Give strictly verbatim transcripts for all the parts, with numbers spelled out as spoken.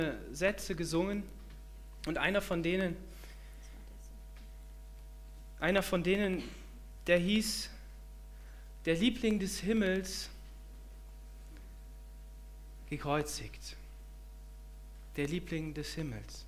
Sätze gesungen und einer von denen, einer von denen, der hieß, der Liebling des Himmels gekreuzigt. Der Liebling des Himmels.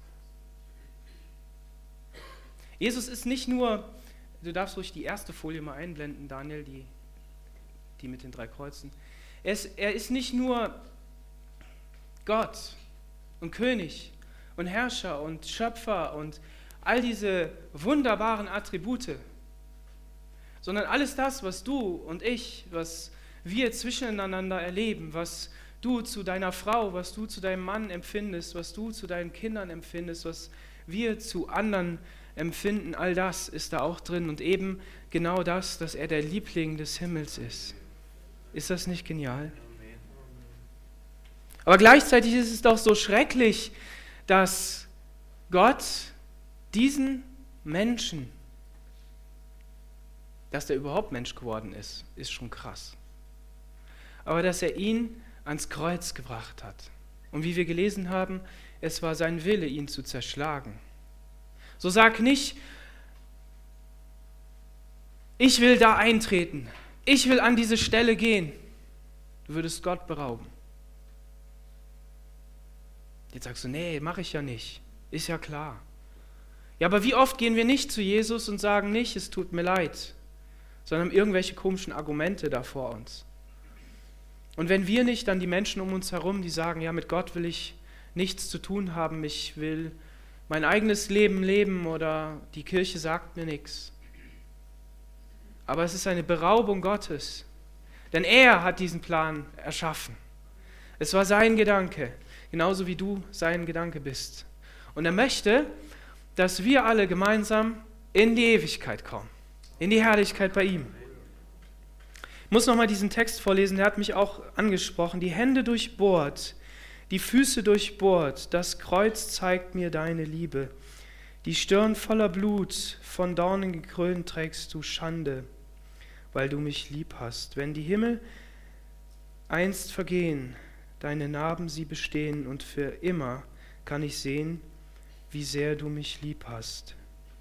Jesus ist nicht nur, du darfst ruhig die erste Folie mal einblenden, Daniel, die, die mit den drei Kreuzen. Er ist, er ist nicht nur Gott und König und Herrscher und Schöpfer und all diese wunderbaren Attribute, sondern alles das, was du und ich, was wir zwischeneinander erleben, was du zu deiner Frau, was du zu deinem Mann empfindest, was du zu deinen Kindern empfindest, was wir zu anderen empfinden, all das ist da auch drin und eben genau das, dass er der Liebling des Himmels ist. Ist das nicht genial? Aber gleichzeitig ist es doch so schrecklich, dass Gott diesen Menschen, dass der überhaupt Mensch geworden ist, ist schon krass. Aber dass er ihn ans Kreuz gebracht hat. Und wie wir gelesen haben, es war sein Wille, ihn zu zerschlagen. So sag nicht, ich will da eintreten, ich will an diese Stelle gehen. Du würdest Gott berauben. Jetzt sagst du, nee, mache ich ja nicht. Ist ja klar. Ja, aber wie oft gehen wir nicht zu Jesus und sagen nicht, es tut mir leid, sondern haben irgendwelche komischen Argumente da vor uns. Und wenn wir nicht, dann die Menschen um uns herum, die sagen, ja, mit Gott will ich nichts zu tun haben, ich will mein eigenes Leben leben oder die Kirche sagt mir nichts. Aber es ist eine Beraubung Gottes, denn er hat diesen Plan erschaffen. Es war sein Gedanke, genauso wie du sein Gedanke bist. Und er möchte, dass wir alle gemeinsam in die Ewigkeit kommen, in die Herrlichkeit bei ihm. Ich muss nochmal diesen Text vorlesen, der hat mich auch angesprochen. Die Hände durchbohrt, die Füße durchbohrt, das Kreuz zeigt mir deine Liebe. Die Stirn voller Blut, von Dornen gekrönt trägst du Schande, weil du mich lieb hast. Wenn die Himmel einst vergehen, deine Narben sie bestehen und für immer kann ich sehen, wie sehr du mich lieb hast.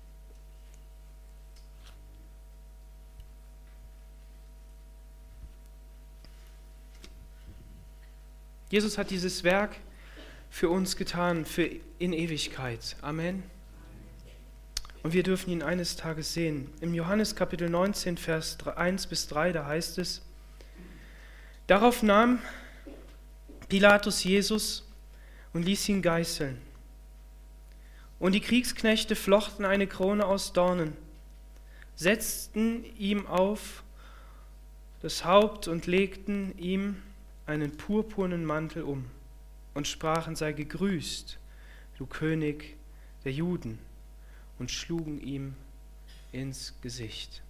Jesus hat dieses Werk für uns getan, für in Ewigkeit. Amen. Und wir dürfen ihn eines Tages sehen. Im Johannes Kapitel neunzehn, Vers eins bis drei, da heißt es, darauf nahm Pilatus Jesus und ließ ihn geißeln. Und die Kriegsknechte flochten eine Krone aus Dornen, setzten ihm auf das Haupt und legten ihm einen purpurnen Mantel um und sprachen, sei gegrüßt, du König der Juden, und schlugen ihm ins Gesicht.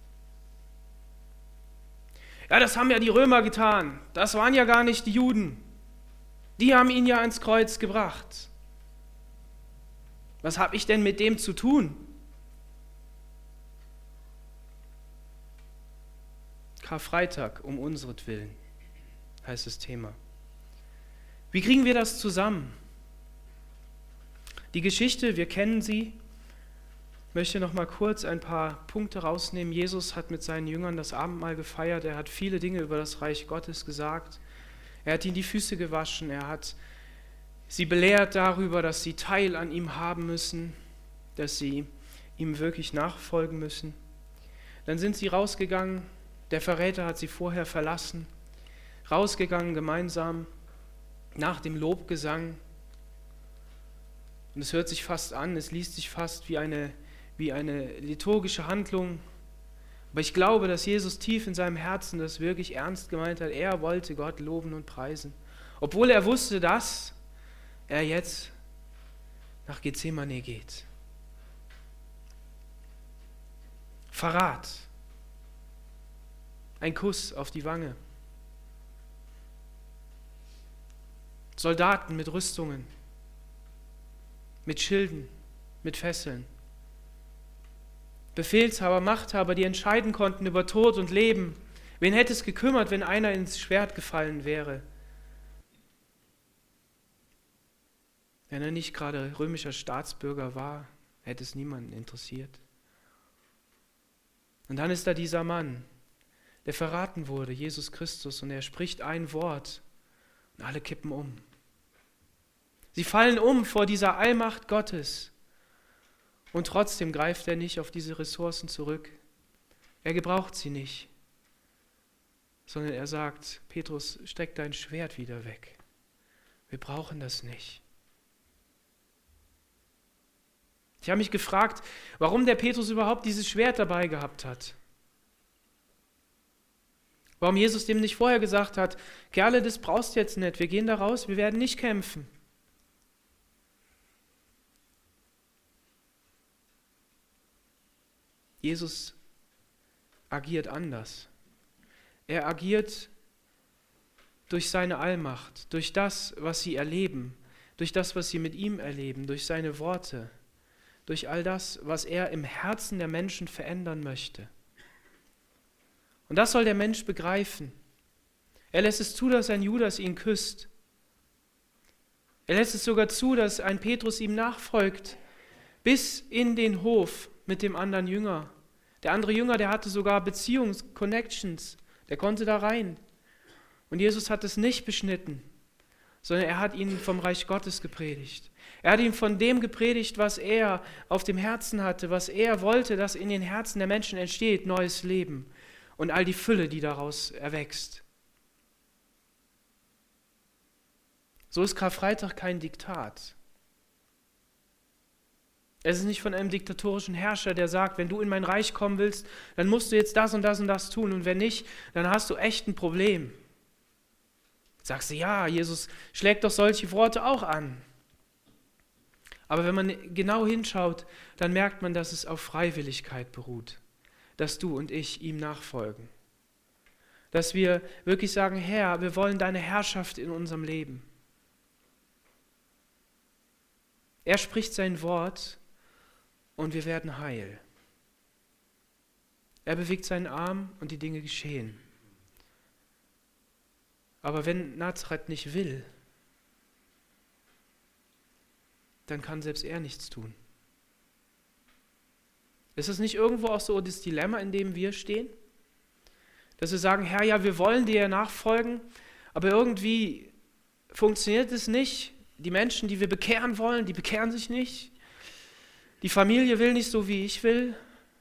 Ja, das haben ja die Römer getan, das waren ja gar nicht die Juden, die haben ihn ja ans Kreuz gebracht. Was habe ich denn mit dem zu tun? Karfreitag um unseretwillen heißt das Thema. Wie kriegen wir das zusammen? Die Geschichte, wir kennen sie. Ich möchte noch mal kurz ein paar Punkte rausnehmen. Jesus hat mit seinen Jüngern das Abendmahl gefeiert. Er hat viele Dinge über das Reich Gottes gesagt. Er hat ihnen die Füße gewaschen. Er hat sie belehrt darüber, dass sie Teil an ihm haben müssen, dass sie ihm wirklich nachfolgen müssen. Dann sind sie rausgegangen. Der Verräter hat sie vorher verlassen. Rausgegangen gemeinsam nach dem Lobgesang. Und es hört sich fast an, es liest sich fast wie eine, wie eine liturgische Handlung. Aber ich glaube, dass Jesus tief in seinem Herzen das wirklich ernst gemeint hat. Er wollte Gott loben und preisen. Obwohl er wusste, dass er jetzt nach Gethsemane geht. Verrat. Ein Kuss auf die Wange. Soldaten mit Rüstungen, mit Schilden, mit Fesseln. Befehlshaber, Machthaber, die entscheiden konnten über Tod und Leben. Wen hätte es gekümmert, wenn einer ins Schwert gefallen wäre? Wenn er nicht gerade römischer Staatsbürger war, hätte es niemanden interessiert. Und dann ist da dieser Mann, der verraten wurde, Jesus Christus, und er spricht ein Wort und alle kippen um. Sie fallen um vor dieser Allmacht Gottes und trotzdem greift er nicht auf diese Ressourcen zurück. Er gebraucht sie nicht, sondern er sagt, Petrus, steck dein Schwert wieder weg. Wir brauchen das nicht. Ich habe mich gefragt, warum der Petrus überhaupt dieses Schwert dabei gehabt hat. Warum Jesus dem nicht vorher gesagt hat, Kerle, das brauchst du jetzt nicht, wir gehen da raus, wir werden nicht kämpfen. Jesus agiert anders. Er agiert durch seine Allmacht, durch das, was sie erleben, durch das, was sie mit ihm erleben, durch seine Worte, durch all das, was er im Herzen der Menschen verändern möchte. Und das soll der Mensch begreifen. Er lässt es zu, dass ein Judas ihn küsst. Er lässt es sogar zu, dass ein Petrus ihm nachfolgt, bis in den Hof mit dem anderen Jünger. Der andere Jünger, der hatte sogar Beziehungs-, Connections, der konnte da rein. Und Jesus hat es nicht beschnitten, sondern er hat ihnen vom Reich Gottes gepredigt. Er hat ihnen von dem gepredigt, was er auf dem Herzen hatte, was er wollte, dass in den Herzen der Menschen entsteht, neues Leben und all die Fülle, die daraus erwächst. So ist Karfreitag kein Diktat. Es ist nicht von einem diktatorischen Herrscher, der sagt, wenn du in mein Reich kommen willst, dann musst du jetzt das und das und das tun und wenn nicht, dann hast du echt ein Problem. Sagst du, ja, Jesus schlägt doch solche Worte auch an. Aber wenn man genau hinschaut, dann merkt man, dass es auf Freiwilligkeit beruht, dass du und ich ihm nachfolgen. Dass wir wirklich sagen, Herr, wir wollen deine Herrschaft in unserem Leben. Er spricht sein Wort und wir werden heil. Er bewegt seinen Arm und die Dinge geschehen. Aber wenn Nazareth nicht will, dann kann selbst er nichts tun. Ist es nicht irgendwo auch so das Dilemma, in dem wir stehen? Dass wir sagen, Herr, ja, wir wollen dir nachfolgen, aber irgendwie funktioniert es nicht. Die Menschen, die wir bekehren wollen, die bekehren sich nicht. Die Familie will nicht so, wie ich will.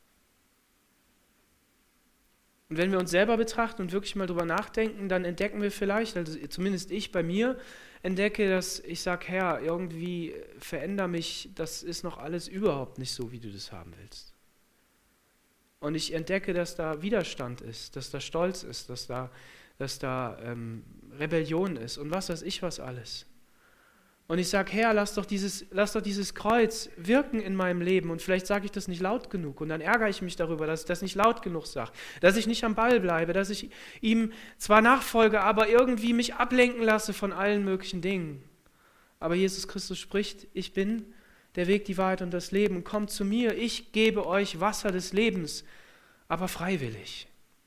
Und wenn wir uns selber betrachten und wirklich mal drüber nachdenken, dann entdecken wir vielleicht, also zumindest ich bei mir, entdecke, dass ich sage, Herr, irgendwie veränder mich, das ist noch alles überhaupt nicht so, wie du das haben willst. Und ich entdecke, dass da Widerstand ist, dass da Stolz ist, dass da, dass da ähm, Rebellion ist und was weiß ich was alles. Und ich sage, Herr, lass doch, dieses, lass doch dieses Kreuz wirken in meinem Leben. Und vielleicht sage ich das nicht laut genug. Und dann ärgere ich mich darüber, dass ich das nicht laut genug sage. Dass ich nicht am Ball bleibe, dass ich ihm zwar nachfolge, aber irgendwie mich ablenken lasse von allen möglichen Dingen. Aber Jesus Christus spricht, ich bin der Weg, die Wahrheit und das Leben. Kommt zu mir, ich gebe euch Wasser des Lebens, aber freiwillig.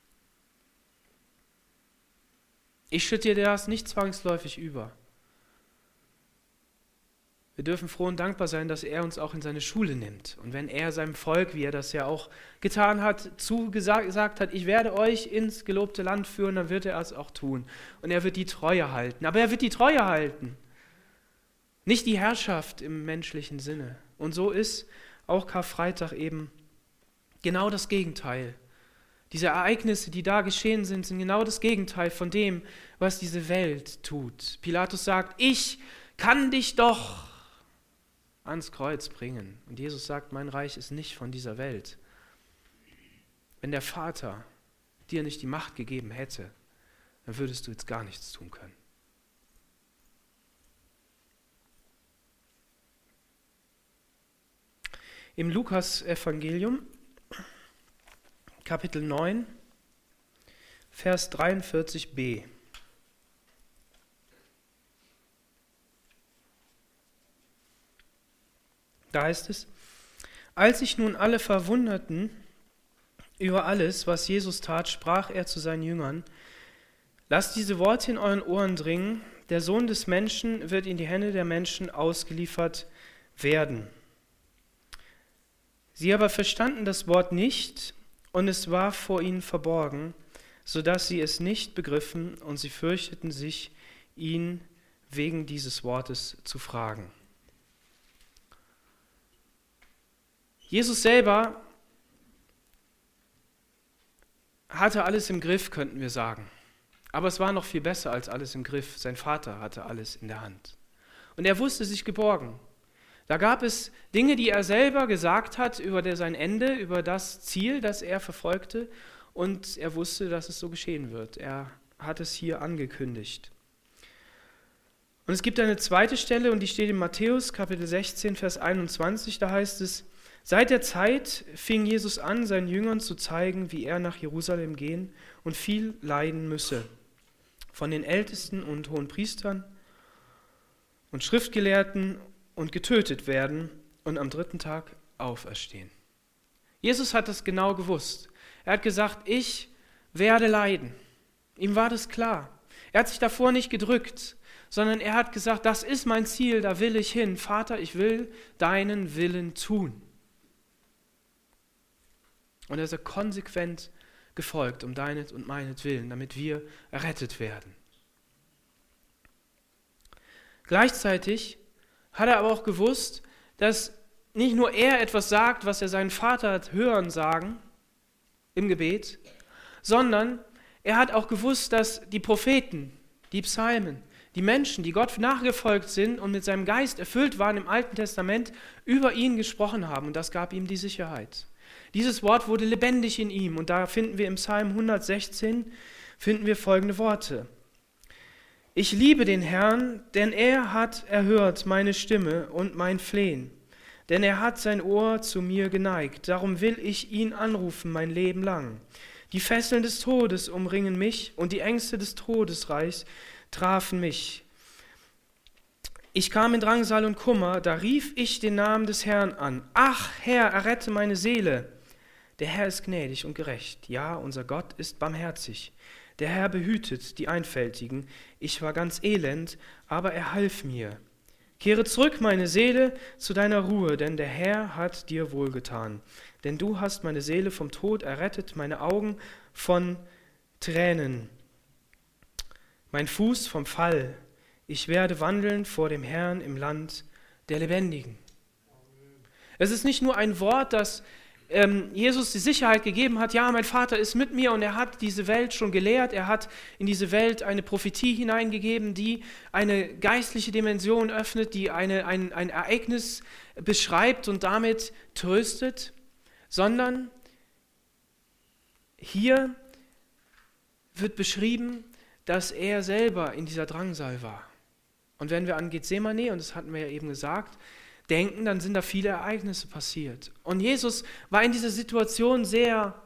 Ich schütte dir das nicht zwangsläufig über. Wir dürfen froh und dankbar sein, dass er uns auch in seine Schule nimmt. Und wenn er seinem Volk, wie er das ja auch getan hat, zugesagt hat, ich werde euch ins gelobte Land führen, dann wird er es auch tun. Und er wird die Treue halten. Aber er wird die Treue halten. Nicht die Herrschaft im menschlichen Sinne. Und so ist auch Karfreitag eben genau das Gegenteil. Diese Ereignisse, die da geschehen sind, sind genau das Gegenteil von dem, was diese Welt tut. Pilatus sagt, ich kann dich doch ans Kreuz bringen. Und Jesus sagt, mein Reich ist nicht von dieser Welt. Wenn der Vater dir nicht die Macht gegeben hätte, dann würdest du jetzt gar nichts tun können. Im Lukas-Evangelium, Kapitel neun, Vers dreiundvierzig b. Da heißt es, als sich nun alle verwunderten über alles, was Jesus tat, sprach er zu seinen Jüngern, lasst diese Worte in euren Ohren dringen, der Sohn des Menschen wird in die Hände der Menschen ausgeliefert werden. Sie aber verstanden das Wort nicht, und es war vor ihnen verborgen, sodass sie es nicht begriffen, und sie fürchteten sich, ihn wegen dieses Wortes zu fragen. Jesus selber hatte alles im Griff, könnten wir sagen. Aber es war noch viel besser als alles im Griff. Sein Vater hatte alles in der Hand. Und er wusste sich geborgen. Da gab es Dinge, die er selber gesagt hat über sein Ende, über das Ziel, das er verfolgte. Und er wusste, dass es so geschehen wird. Er hat es hier angekündigt. Und es gibt eine zweite Stelle, und die steht in Matthäus Kapitel sechzehn, Vers einundzwanzig. Da heißt es: Seit der Zeit fing Jesus an, seinen Jüngern zu zeigen, wie er nach Jerusalem gehen und viel leiden müsse. Von den Ältesten und Hohenpriestern und Schriftgelehrten und getötet werden und am dritten Tag auferstehen. Jesus hat das genau gewusst. Er hat gesagt, ich werde leiden. Ihm war das klar. Er hat sich davor nicht gedrückt, sondern er hat gesagt, das ist mein Ziel, da will ich hin. Vater, ich will deinen Willen tun. Und er ist konsequent gefolgt, um deinet und meinetwillen, damit wir errettet werden. Gleichzeitig hat er aber auch gewusst, dass nicht nur er etwas sagt, was er seinen Vater hat hören sagen im Gebet, sondern er hat auch gewusst, dass die Propheten, die Psalmen, die Menschen, die Gott nachgefolgt sind und mit seinem Geist erfüllt waren im Alten Testament, über ihn gesprochen haben, und das gab ihm die Sicherheit. Dieses Wort wurde lebendig in ihm, und da finden wir im Psalm hundertsechzehn finden wir folgende Worte. Ich liebe den Herrn, denn er hat erhört meine Stimme und mein Flehen, denn er hat sein Ohr zu mir geneigt. Darum will ich ihn anrufen mein Leben lang. Die Fesseln des Todes umringen mich, und die Ängste des Todesreichs trafen mich. Ich kam in Drangsal und Kummer, da rief ich den Namen des Herrn an. Ach, Herr, errette meine Seele. Der Herr ist gnädig und gerecht. Ja, unser Gott ist barmherzig. Der Herr behütet die Einfältigen. Ich war ganz elend, aber er half mir. Kehre zurück, meine Seele, zu deiner Ruhe, denn der Herr hat dir wohlgetan. Denn du hast meine Seele vom Tod errettet, meine Augen von Tränen, mein Fuß vom Fall. Ich werde wandeln vor dem Herrn im Land der Lebendigen. Es ist nicht nur ein Wort, das ähm, Jesus die Sicherheit gegeben hat, ja, mein Vater ist mit mir, und er hat diese Welt schon gelehrt, er hat in diese Welt eine Prophetie hineingegeben, die eine geistliche Dimension öffnet, die eine, ein, ein Ereignis beschreibt und damit tröstet, sondern hier wird beschrieben, dass er selber in dieser Drangsal war. Und wenn wir an Gethsemane, und das hatten wir ja eben gesagt, denken, dann sind da viele Ereignisse passiert. Und Jesus war in dieser Situation sehr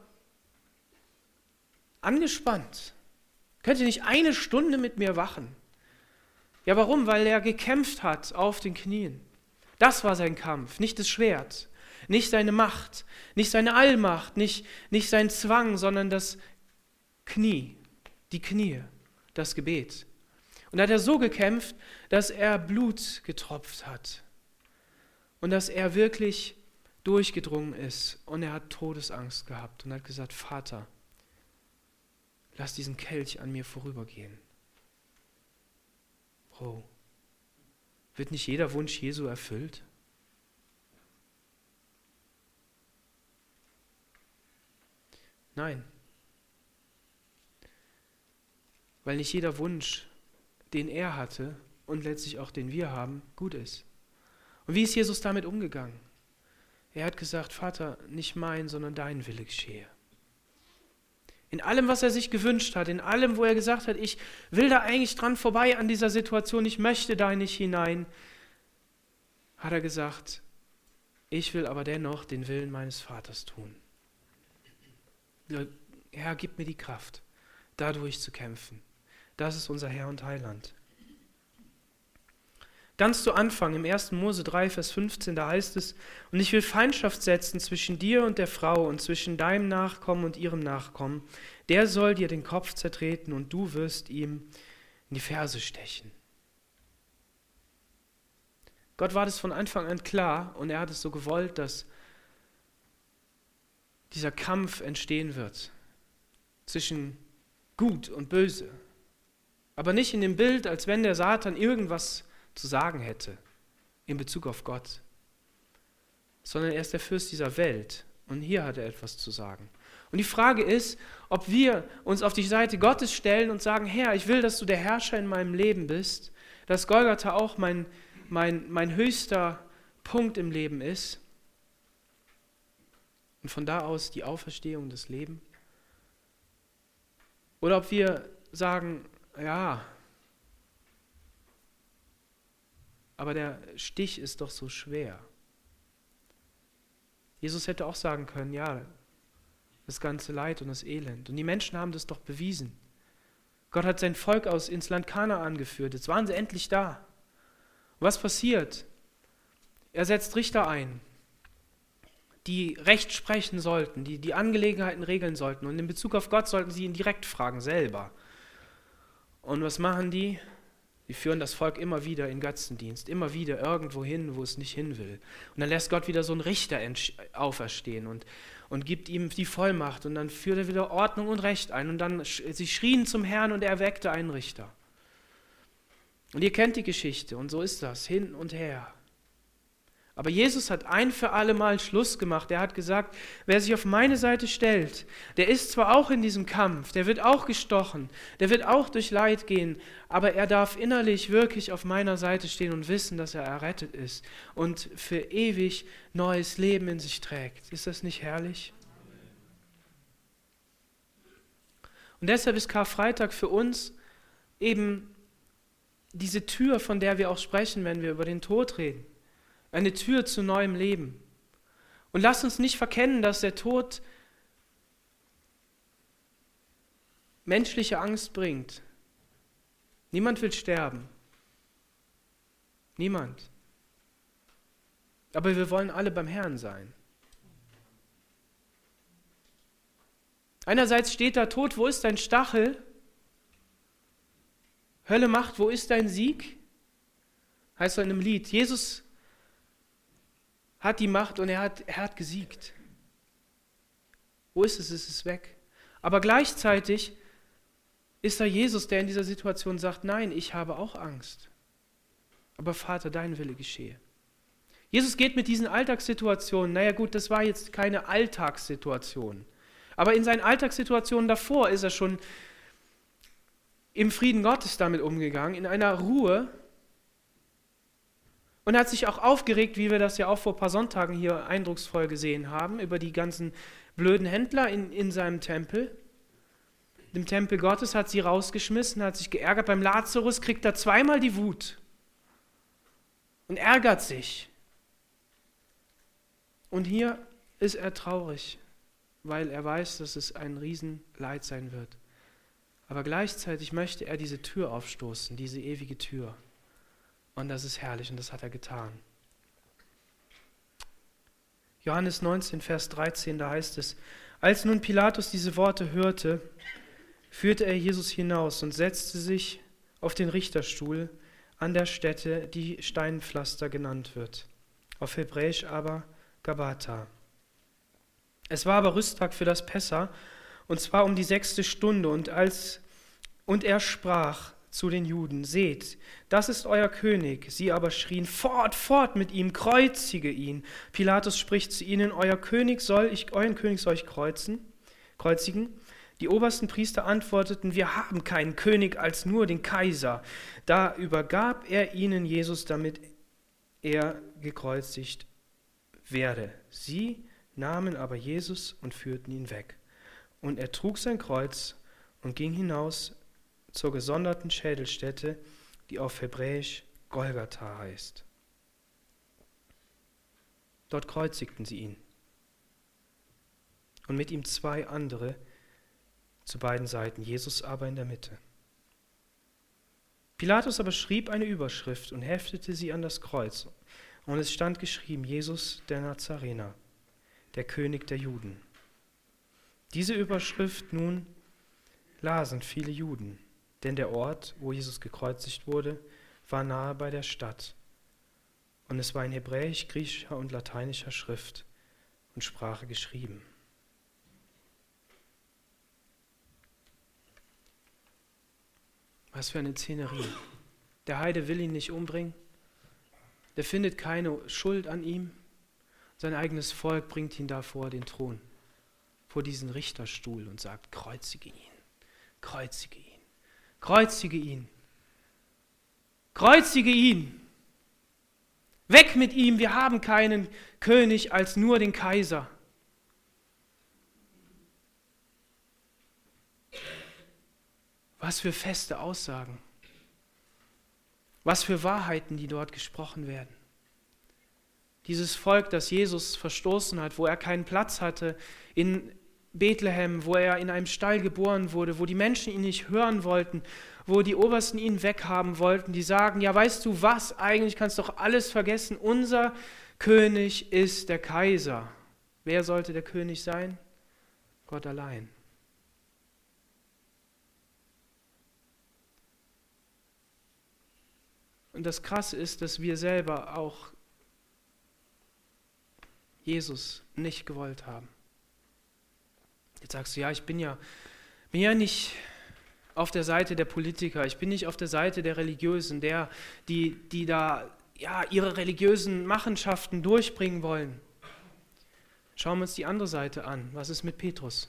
angespannt. Könnt ihr nicht eine Stunde mit mir wachen? Ja, warum? Weil er gekämpft hat auf den Knien. Das war sein Kampf, nicht das Schwert, nicht seine Macht, nicht seine Allmacht, nicht, nicht sein Zwang, sondern das Knie, die Knie, das Gebet. Und da hat er so gekämpft, dass er Blut getropft hat. Und dass er wirklich durchgedrungen ist. Und er hat Todesangst gehabt und hat gesagt, Vater, lass diesen Kelch an mir vorübergehen. Bro, wird nicht jeder Wunsch Jesu erfüllt? Nein. Weil nicht jeder Wunsch, den er hatte und letztlich auch den wir haben, gut ist. Und wie ist Jesus damit umgegangen? Er hat gesagt, Vater, nicht mein, sondern dein Wille geschehe. In allem, was er sich gewünscht hat, in allem, wo er gesagt hat, ich will da eigentlich dran vorbei an dieser Situation, ich möchte da nicht hinein, hat er gesagt, ich will aber dennoch den Willen meines Vaters tun. Herr, gib mir die Kraft, dadurch zu kämpfen. Das ist unser Herr und Heiland. Ganz zu Anfang, im ersten Mose drei, Vers fünfzehn, da heißt es, und ich will Feindschaft setzen zwischen dir und der Frau und zwischen deinem Nachkommen und ihrem Nachkommen. Der soll dir den Kopf zertreten und du wirst ihm in die Ferse stechen. Gott war das von Anfang an klar und er hat es so gewollt, dass dieser Kampf entstehen wird zwischen Gut und Böse. Aber nicht in dem Bild, als wenn der Satan irgendwas zu sagen hätte in Bezug auf Gott, sondern er ist der Fürst dieser Welt und hier hat er etwas zu sagen. Und die Frage ist, ob wir uns auf die Seite Gottes stellen und sagen, Herr, ich will, dass du der Herrscher in meinem Leben bist, dass Golgatha auch mein, mein, mein höchster Punkt im Leben ist und von da aus die Auferstehung des Lebens. Oder ob wir sagen, ja, aber der Stich ist doch so schwer. Jesus hätte auch sagen können, ja, das ganze Leid und das Elend. Und die Menschen haben das doch bewiesen. Gott hat sein Volk aus ins Land Kanaan geführt. Jetzt waren sie endlich da. Und was passiert? Er setzt Richter ein, die Recht sprechen sollten, die die Angelegenheiten regeln sollten. Und in Bezug auf Gott sollten sie ihn direkt fragen, selber. Und was machen die? Die führen das Volk immer wieder in Götzendienst, immer wieder irgendwo hin, wo es nicht hin will. Und dann lässt Gott wieder so einen Richter auferstehen und, und gibt ihm die Vollmacht. Und dann führt er wieder Ordnung und Recht ein. Und dann, sie schrien zum Herrn und er erweckte einen Richter. Und ihr kennt die Geschichte und so ist das, hin und her. Aber Jesus hat ein für alle Mal Schluss gemacht. Er hat gesagt, wer sich auf meine Seite stellt, der ist zwar auch in diesem Kampf, der wird auch gestochen, der wird auch durch Leid gehen, aber er darf innerlich wirklich auf meiner Seite stehen und wissen, dass er errettet ist und für ewig neues Leben in sich trägt. Ist das nicht herrlich? Und deshalb ist Karfreitag für uns eben diese Tür, von der wir auch sprechen, wenn wir über den Tod reden. Eine Tür zu neuem Leben. Und lasst uns nicht verkennen, dass der Tod menschliche Angst bringt. Niemand will sterben. Niemand. Aber wir wollen alle beim Herrn sein. Einerseits steht da, Tod, wo ist dein Stachel? Hölle, Macht, wo ist dein Sieg? Heißt so in einem Lied. Jesus hat die Macht und er hat, er hat gesiegt. Wo ist es? Es ist weg. Aber gleichzeitig ist da Jesus, der in dieser Situation sagt, nein, ich habe auch Angst. Aber Vater, dein Wille geschehe. Jesus geht mit diesen Alltagssituationen, naja gut, das war jetzt keine Alltagssituation. Aber in seinen Alltagssituationen davor ist er schon im Frieden Gottes damit umgegangen, in einer Ruhe. Und er hat sich auch aufgeregt, wie wir das ja auch vor ein paar Sonntagen hier eindrucksvoll gesehen haben, über die ganzen blöden Händler in, in seinem Tempel. Im Tempel Gottes hat sie rausgeschmissen, hat sich geärgert. Beim Lazarus kriegt er zweimal die Wut und ärgert sich. Und hier ist er traurig, weil er weiß, dass es ein Riesenleid sein wird. Aber gleichzeitig möchte er diese Tür aufstoßen, diese ewige Tür. Und das ist herrlich und das hat er getan. Johannes neunzehn, Vers dreizehn, da heißt es, als nun Pilatus diese Worte hörte, führte er Jesus hinaus und setzte sich auf den Richterstuhl an der Stätte, die Steinpflaster genannt wird, auf Hebräisch aber Gabbatha. Es war aber Rüsttag für das Pessa, und zwar um die sechste Stunde, und, als, und er sprach zu den Juden, seht, das ist euer König. Sie aber schrien, fort, fort mit ihm, kreuzige ihn. Pilatus spricht zu ihnen, euer König soll ich, euren König soll ich kreuzen, kreuzigen. Die obersten Priester antworteten, wir haben keinen König als nur den Kaiser. Da übergab er ihnen Jesus, damit er gekreuzigt werde. Sie nahmen aber Jesus und führten ihn weg. Und er trug sein Kreuz und ging hinaus zur gesonderten Schädelstätte, die auf Hebräisch Golgatha heißt. Dort kreuzigten sie ihn. Und mit ihm zwei andere zu beiden Seiten, Jesus aber in der Mitte. Pilatus aber schrieb eine Überschrift und heftete sie an das Kreuz. Und es stand geschrieben, Jesus der Nazarener, der König der Juden. Diese Überschrift nun lasen viele Juden, denn der Ort, wo Jesus gekreuzigt wurde, war nahe bei der Stadt. Und es war in Hebräisch, griechischer und lateinischer Schrift und Sprache geschrieben. Was für eine Szenerie. Der Heide will ihn nicht umbringen. Der findet keine Schuld an ihm. Sein eigenes Volk bringt ihn da vor den Thron, vor diesen Richterstuhl und sagt, kreuzige ihn, kreuzige ihn, kreuzige ihn, kreuzige ihn. Weg mit ihm, wir haben keinen König als nur den Kaiser. Was für feste Aussagen. Was für Wahrheiten, die dort gesprochen werden. Dieses Volk, das Jesus verstoßen hat, wo er keinen Platz hatte, in Bethlehem, wo er in einem Stall geboren wurde, wo die Menschen ihn nicht hören wollten, wo die Obersten ihn weghaben wollten, die sagen, ja weißt du was, eigentlich kannst du doch alles vergessen, unser König ist der Kaiser. Wer sollte der König sein? Gott allein. Und das Krasse ist, dass wir selber auch Jesus nicht gewollt haben. Jetzt sagst du, ja, ich bin ja, bin ja nicht auf der Seite der Politiker, ich bin nicht auf der Seite der Religiösen, der, die, die da ja, ihre religiösen Machenschaften durchbringen wollen. Schauen wir uns die andere Seite an. Was ist mit Petrus?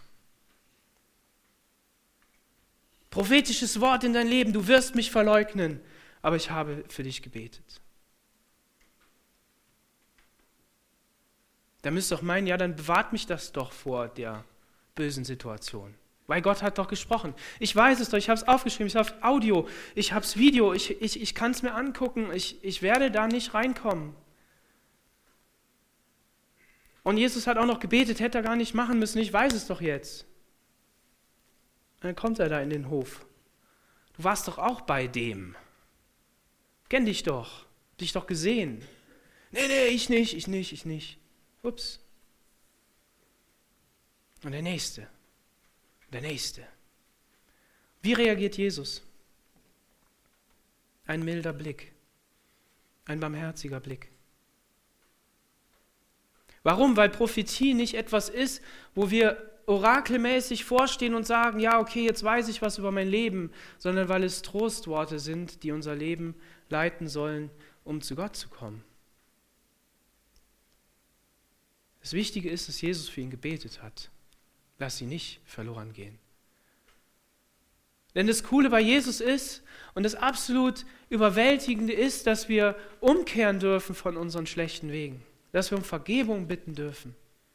Prophetisches Wort in dein Leben, du wirst mich verleugnen, aber ich habe für dich gebetet. Da müsst ihr doch meinen, ja, dann bewahrt mich das doch vor der bösen Situation. Weil Gott hat doch gesprochen. Ich weiß es doch, ich habe es aufgeschrieben, ich habe es Audio, ich habe es Video, ich, ich, ich kann es mir angucken, ich, ich werde da nicht reinkommen. Und Jesus hat auch noch gebetet, hätte er gar nicht machen müssen, ich weiß es doch jetzt. Und dann kommt er da in den Hof. Du warst doch auch bei dem. Kenn dich doch, dich doch gesehen. Nee, nee, ich nicht, ich nicht, ich nicht. Ups. Und der Nächste. Der Nächste. Wie reagiert Jesus? Ein milder Blick. Ein barmherziger Blick. Warum? Weil Prophetie nicht etwas ist, wo wir orakelmäßig vorstehen und sagen, ja, okay, jetzt weiß ich was über mein Leben, sondern weil es Trostworte sind, die unser Leben leiten sollen, um zu Gott zu kommen. Das Wichtige ist, dass Jesus für ihn gebetet hat. Lass sie nicht verloren gehen. Denn das Coole bei Jesus ist und das absolut Überwältigende ist, dass wir umkehren dürfen von unseren schlechten Wegen. Dass wir um Vergebung bitten dürfen.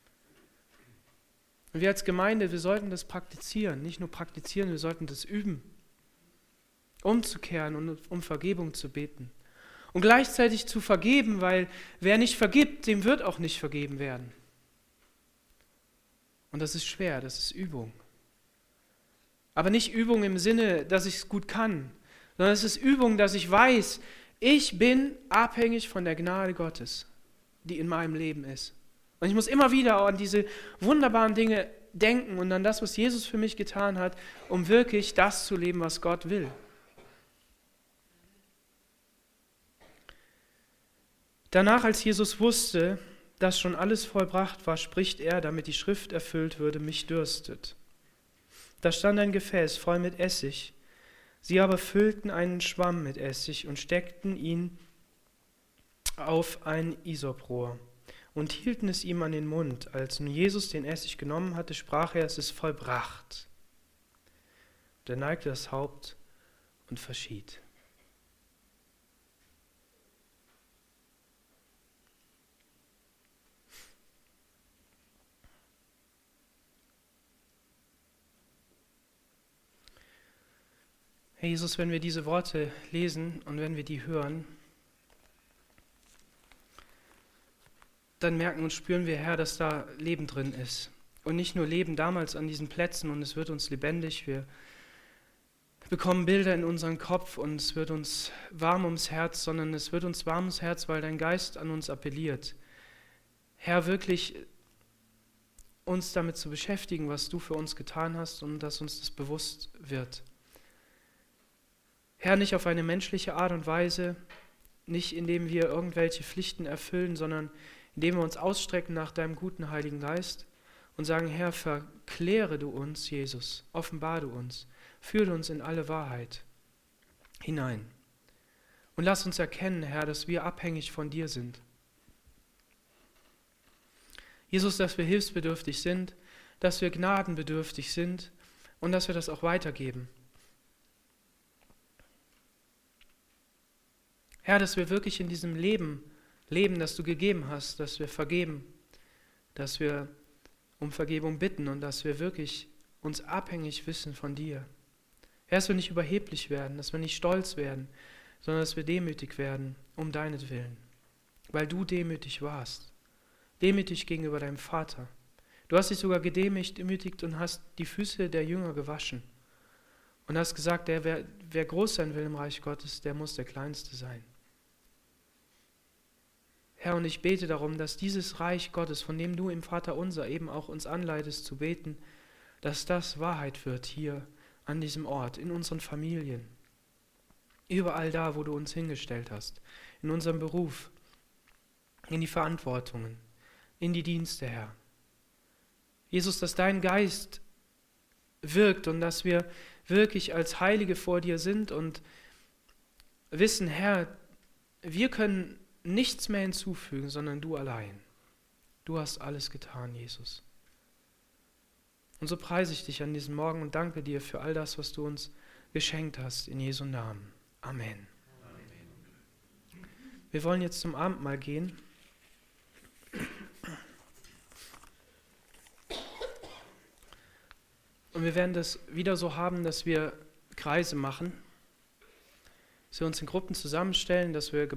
Und wir als Gemeinde, wir sollten das praktizieren. Nicht nur praktizieren, wir sollten das üben. Umzukehren und um Vergebung zu beten. Und gleichzeitig zu vergeben, weil wer nicht vergibt, dem wird auch nicht vergeben werden. Und das ist schwer, das ist Übung. Aber nicht Übung im Sinne, dass ich es gut kann, sondern es ist Übung, dass ich weiß, ich bin abhängig von der Gnade Gottes, die in meinem Leben ist. Und ich muss immer wieder an diese wunderbaren Dinge denken und an das, was Jesus für mich getan hat, um wirklich das zu leben, was Gott will. Danach, als Jesus wusste, dass schon alles vollbracht war, spricht er, damit die Schrift erfüllt würde, mich dürstet. Da stand ein Gefäß voll mit Essig. Sie aber füllten einen Schwamm mit Essig und steckten ihn auf ein Isoprohr und hielten es ihm an den Mund. Als nun Jesus den Essig genommen hatte, sprach er, es ist vollbracht. Und er neigte das Haupt und verschied. Herr Jesus, wenn wir diese Worte lesen und wenn wir die hören, dann merken und spüren wir, Herr, dass da Leben drin ist. Und nicht nur Leben damals an diesen Plätzen und es wird uns lebendig, wir bekommen Bilder in unseren Kopf und es wird uns warm ums Herz, sondern es wird uns warm ums Herz, weil dein Geist an uns appelliert. Herr, wirklich uns damit zu beschäftigen, was du für uns getan hast und dass uns das bewusst wird. Herr, nicht auf eine menschliche Art und Weise, nicht indem wir irgendwelche Pflichten erfüllen, sondern indem wir uns ausstrecken nach deinem guten Heiligen Geist und sagen, Herr, verkläre du uns, Jesus, offenbar du uns, führe uns in alle Wahrheit hinein. Und lass uns erkennen, Herr, dass wir abhängig von dir sind. Jesus, dass wir hilfsbedürftig sind, dass wir gnadenbedürftig sind und dass wir das auch weitergeben. Herr, dass wir wirklich in diesem Leben leben, das du gegeben hast, dass wir vergeben, dass wir um Vergebung bitten und dass wir wirklich uns abhängig wissen von dir. Herr, dass wir nicht überheblich werden, dass wir nicht stolz werden, sondern dass wir demütig werden um deinetwillen, weil du demütig warst, demütig gegenüber deinem Vater. Du hast dich sogar gedemütigt und hast die Füße der Jünger gewaschen und hast gesagt, der, wer, wer groß sein will im Reich Gottes, der muss der Kleinste sein. Herr, und ich bete darum, dass dieses Reich Gottes, von dem du im Vaterunser eben auch uns anleitest zu beten, dass das Wahrheit wird hier an diesem Ort, in unseren Familien, überall da, wo du uns hingestellt hast, in unserem Beruf, in die Verantwortungen, in die Dienste, Herr. Jesus, dass dein Geist wirkt und dass wir wirklich als Heilige vor dir sind und wissen, Herr, wir können nichts mehr hinzufügen, sondern du allein. Du hast alles getan, Jesus. Und so preise ich dich an diesem Morgen und danke dir für all das, was du uns geschenkt hast, in Jesu Namen. Amen. Amen. Wir wollen jetzt zum Abendmahl gehen. Und wir werden das wieder so haben, dass wir Kreise machen, dass wir uns in Gruppen zusammenstellen, dass wir